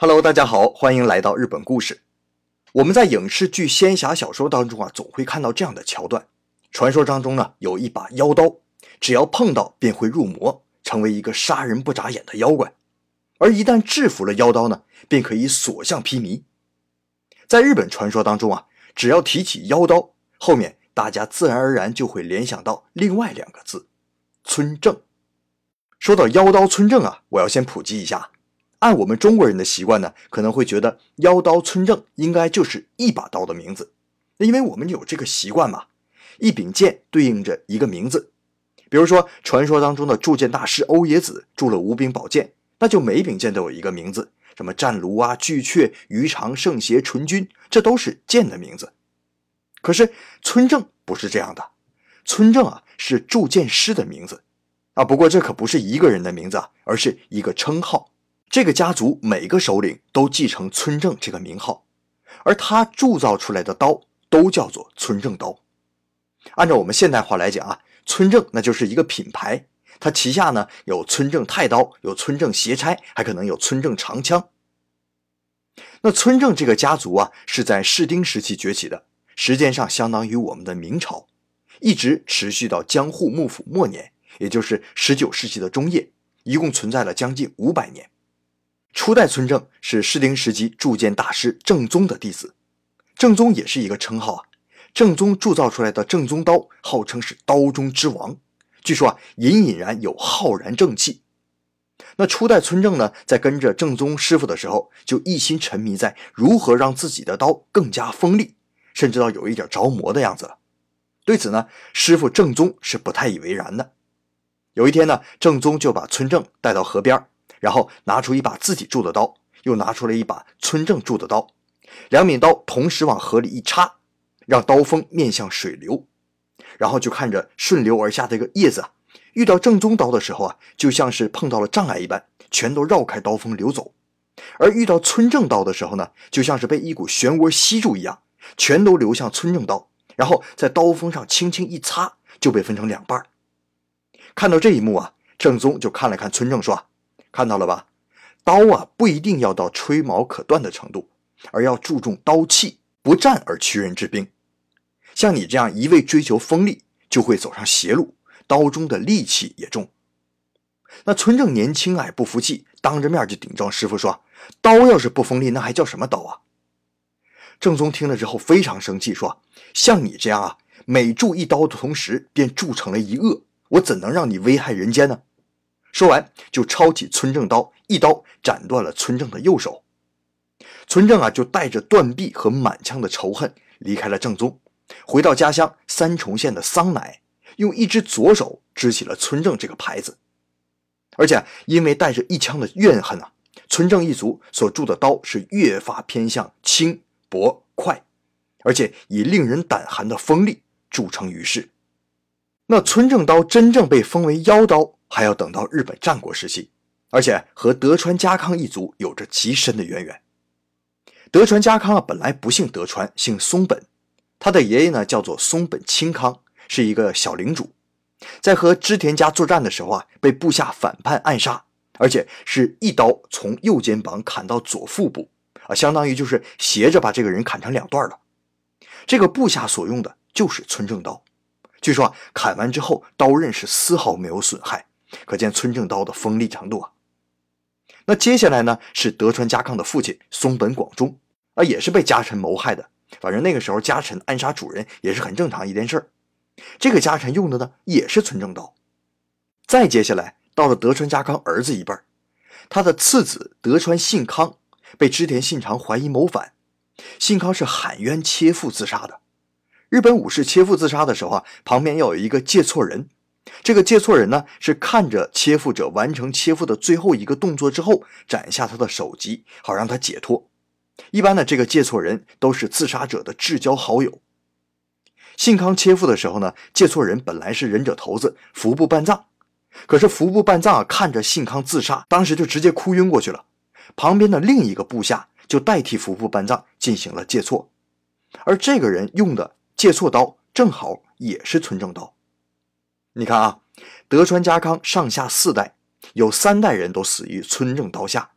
Hello， 大家好，欢迎来到日本故事。我们在影视剧、仙侠小说当中总会看到这样的桥段。传说当中有一把妖刀，只要碰到便会入魔，成为一个杀人不眨眼的妖怪。而一旦制服了妖刀便可以所向披靡。在日本传说当中只要提起妖刀，后面大家自然而然就会联想到另外两个字：村正。说到妖刀村正我要先普及一下。按我们中国人的习惯可能会觉得妖刀村正应该就是一把刀的名字，因为我们有这个习惯嘛，一柄剑对应着一个名字。比如说传说当中的铸剑大师欧冶子铸了5柄宝剑，那就每柄剑都有一个名字，什么战卢巨阙、鱼肠、圣邪、纯君，这都是剑的名字。可是村正不是这样的，村正是铸剑师的名字不过这可不是一个人的名字而是一个称号。这个家族每个首领都继承村正这个名号，而他铸造出来的刀都叫做村正刀。按照我们现代话来讲村正那就是一个品牌，它旗下有村正太刀，有村正斜钗，还可能有村正长枪。那村正这个家族是在室町时期崛起的，时间上相当于我们的明朝，一直持续到江户幕府末年，也就是19世纪的中叶，一共存在了将近500年。初代村正是室町时期铸剑大师正宗的弟子，正宗也是一个称号正宗铸造出来的正宗刀号称是刀中之王，据说隐隐然有浩然正气。那初代村正在跟着正宗师傅的时候，就一心沉迷在如何让自己的刀更加锋利，甚至到有一点着魔的样子了。对此师傅正宗是不太以为然的。有一天正宗就把村正带到河边，然后拿出一把自己铸的刀，又拿出了一把村正铸的刀，两柄刀同时往河里一插，让刀锋面向水流，然后就看着顺流而下的一个叶子遇到正宗刀的时候就像是碰到了障碍一般，全都绕开刀锋流走；而遇到村正刀的时候就像是被一股漩涡吸住一样，全都流向村正刀，然后在刀锋上轻轻一擦，就被分成2半。看到这一幕正宗就看了看村正说：看到了吧，刀不一定要到吹毛可断的程度，而要注重刀气，不战而屈人之兵。像你这样一味追求锋利，就会走上邪路，刀中的戾气也重。那村正年轻不服气，当着面就顶撞师傅说：刀要是不锋利，那还叫什么刀正宗听了之后非常生气，说：像你这样每铸一刀的同时便铸成了一恶，我怎能让你危害人间呢？说完就抄起村正刀，一刀斩断了村正的右手。村正就带着断臂和满腔的仇恨离开了正宗，回到家乡三重县的桑乃，用一只左手支起了村正这个牌子。而且因为带着一腔的怨恨村正一族所铸的刀是越发偏向轻薄快，而且以令人胆寒的锋利著称于世。那村正刀真正被封为妖刀，还要等到日本战国时期，而且和德川家康一族有着极深的渊源。德川家康本来不姓德川，姓松本，他的爷爷叫做松本清康，是一个小领主，在和织田家作战的时候被部下反叛暗杀，而且是一刀从右肩膀砍到左腹部相当于就是斜着把这个人砍成2段了。这个部下所用的就是村正刀，据说砍完之后刀刃是丝毫没有损害，可见村正刀的锋利程度那接下来是德川家康的父亲松本广忠也是被家臣谋害的。反正那个时候家臣暗杀主人也是很正常一件事儿。这个家臣用的也是村正刀。再接下来到了德川家康儿子一辈，他的次子德川信康被织田信长怀疑谋反，信康是喊冤切腹自杀的。日本武士切腹自杀的时候旁边要有一个介错人，这个介错人是看着切腹者完成切腹的最后一个动作之后斩下他的首级，好让他解脱。一般这个介错人都是自杀者的至交好友。信康切腹的时候介错人本来是忍者头子服部半藏，可是服部半藏看着信康自杀，当时就直接哭晕过去了。旁边的另一个部下就代替服部半藏进行了介错，而这个人用的介错刀正好也是村正刀。你看德川家康上下4代有3代人都死于村正刀下，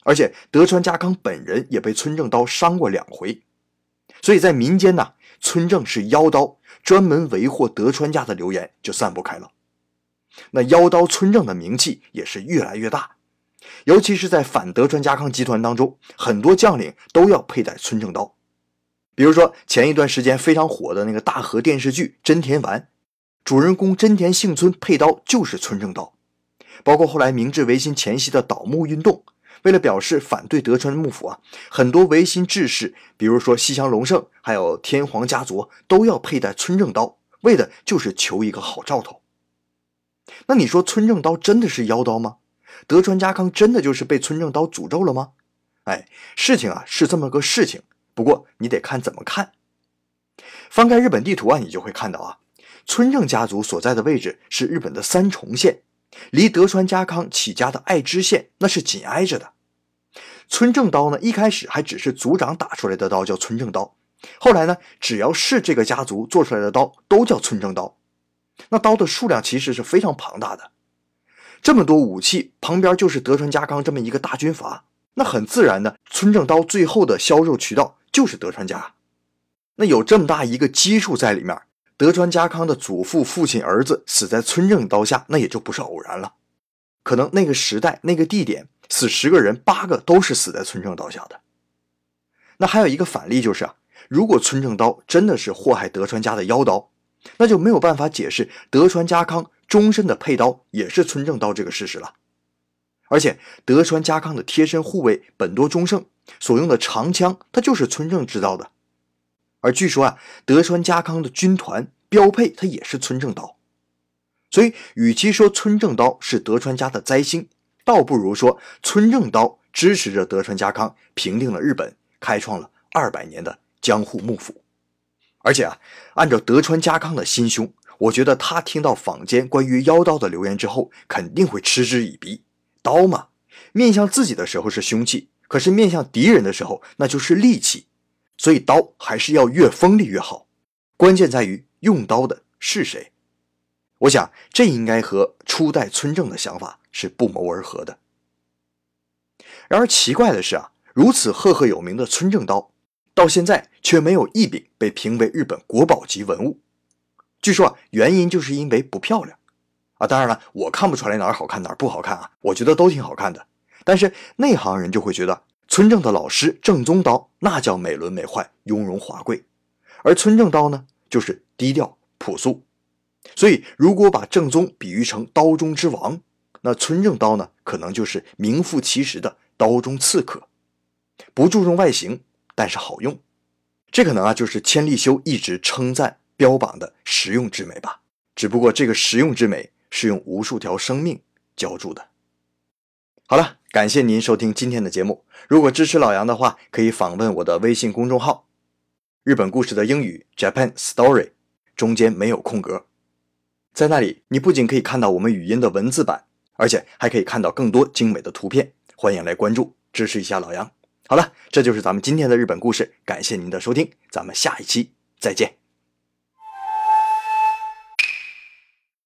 而且德川家康本人也被村正刀伤过2回。所以在民间呢，村正是妖刀，专门为祸德川家的流言就散布开了。那妖刀村正的名气也是越来越大，尤其是在反德川家康集团当中，很多将领都要佩戴村正刀。比如说前一段时间非常火的那个大河电视剧《真田丸》，主人公真田幸村佩刀就是村正刀。包括后来明治维新前夕的倒幕运动，为了表示反对德川幕府啊，很多维新志士，比如说西乡隆盛还有天皇家族，都要佩戴村正刀，为的就是求一个好兆头。那你说村正刀真的是妖刀吗？德川家康真的就是被村正刀诅咒了吗？事情啊是这么个事情，不过你得看怎么看。翻开日本地图啊，你就会看到啊，村正家族所在的位置是日本的三重县，离德川家康起家的爱知县那是紧挨着的。村正刀呢，一开始还只是族长打出来的刀叫村正刀，后来呢，只要是这个家族做出来的刀都叫村正刀。那刀的数量其实是非常庞大的，这么多武器，旁边就是德川家康这么一个大军阀，那很自然的，村正刀最后的销售渠道就是德川家。那有这么大一个基数在里面，德川家康的祖父、父亲、儿子死在村正刀下，那也就不是偶然了。可能那个时代、那个地点，死10个人8个都是死在村正刀下的。那还有一个反例就是啊，如果村正刀真的是祸害德川家的妖刀，那就没有办法解释德川家康终身的佩刀也是村正刀这个事实了。而且德川家康的贴身护卫本多忠胜所用的长枪，它就是村正制造的。而据说啊，德川家康的军团标配它也是村正刀。所以与其说村正刀是德川家的灾星，倒不如说村正刀支持着德川家康平定了日本，开创了200年的江户幕府。而且啊，按照德川家康的心胸，我觉得他听到坊间关于妖刀的流言之后，肯定会嗤之以鼻。刀嘛，面向自己的时候是凶器，可是面向敌人的时候那就是利器，所以刀还是要越锋利越好，关键在于用刀的是谁。我想这应该和初代村正的想法是不谋而合的。然而奇怪的是啊，如此赫赫有名的村正刀，到现在却没有一柄被评为日本国宝级文物。据说啊，原因就是因为不漂亮啊。当然了，我看不出来哪儿好看哪儿不好看啊，我觉得都挺好看的。但是内行人就会觉得村正的老师正宗刀那叫美轮美奂、雍容华贵，而村正刀呢就是低调朴素。所以如果把正宗比喻成刀中之王，那村正刀呢可能就是名副其实的刀中刺客，不注重外形，但是好用。这可能啊就是千利休一直称赞标榜的实用之美吧，只不过这个实用之美是用无数条生命浇筑的。好了，感谢您收听今天的节目。如果支持老杨的话，可以访问我的微信公众号日本故事的英语 Japan Story， 中间没有空格。在那里你不仅可以看到我们语音的文字版，而且还可以看到更多精美的图片，欢迎来关注支持一下老杨。好了，这就是咱们今天的日本故事，感谢您的收听，咱们下一期再见。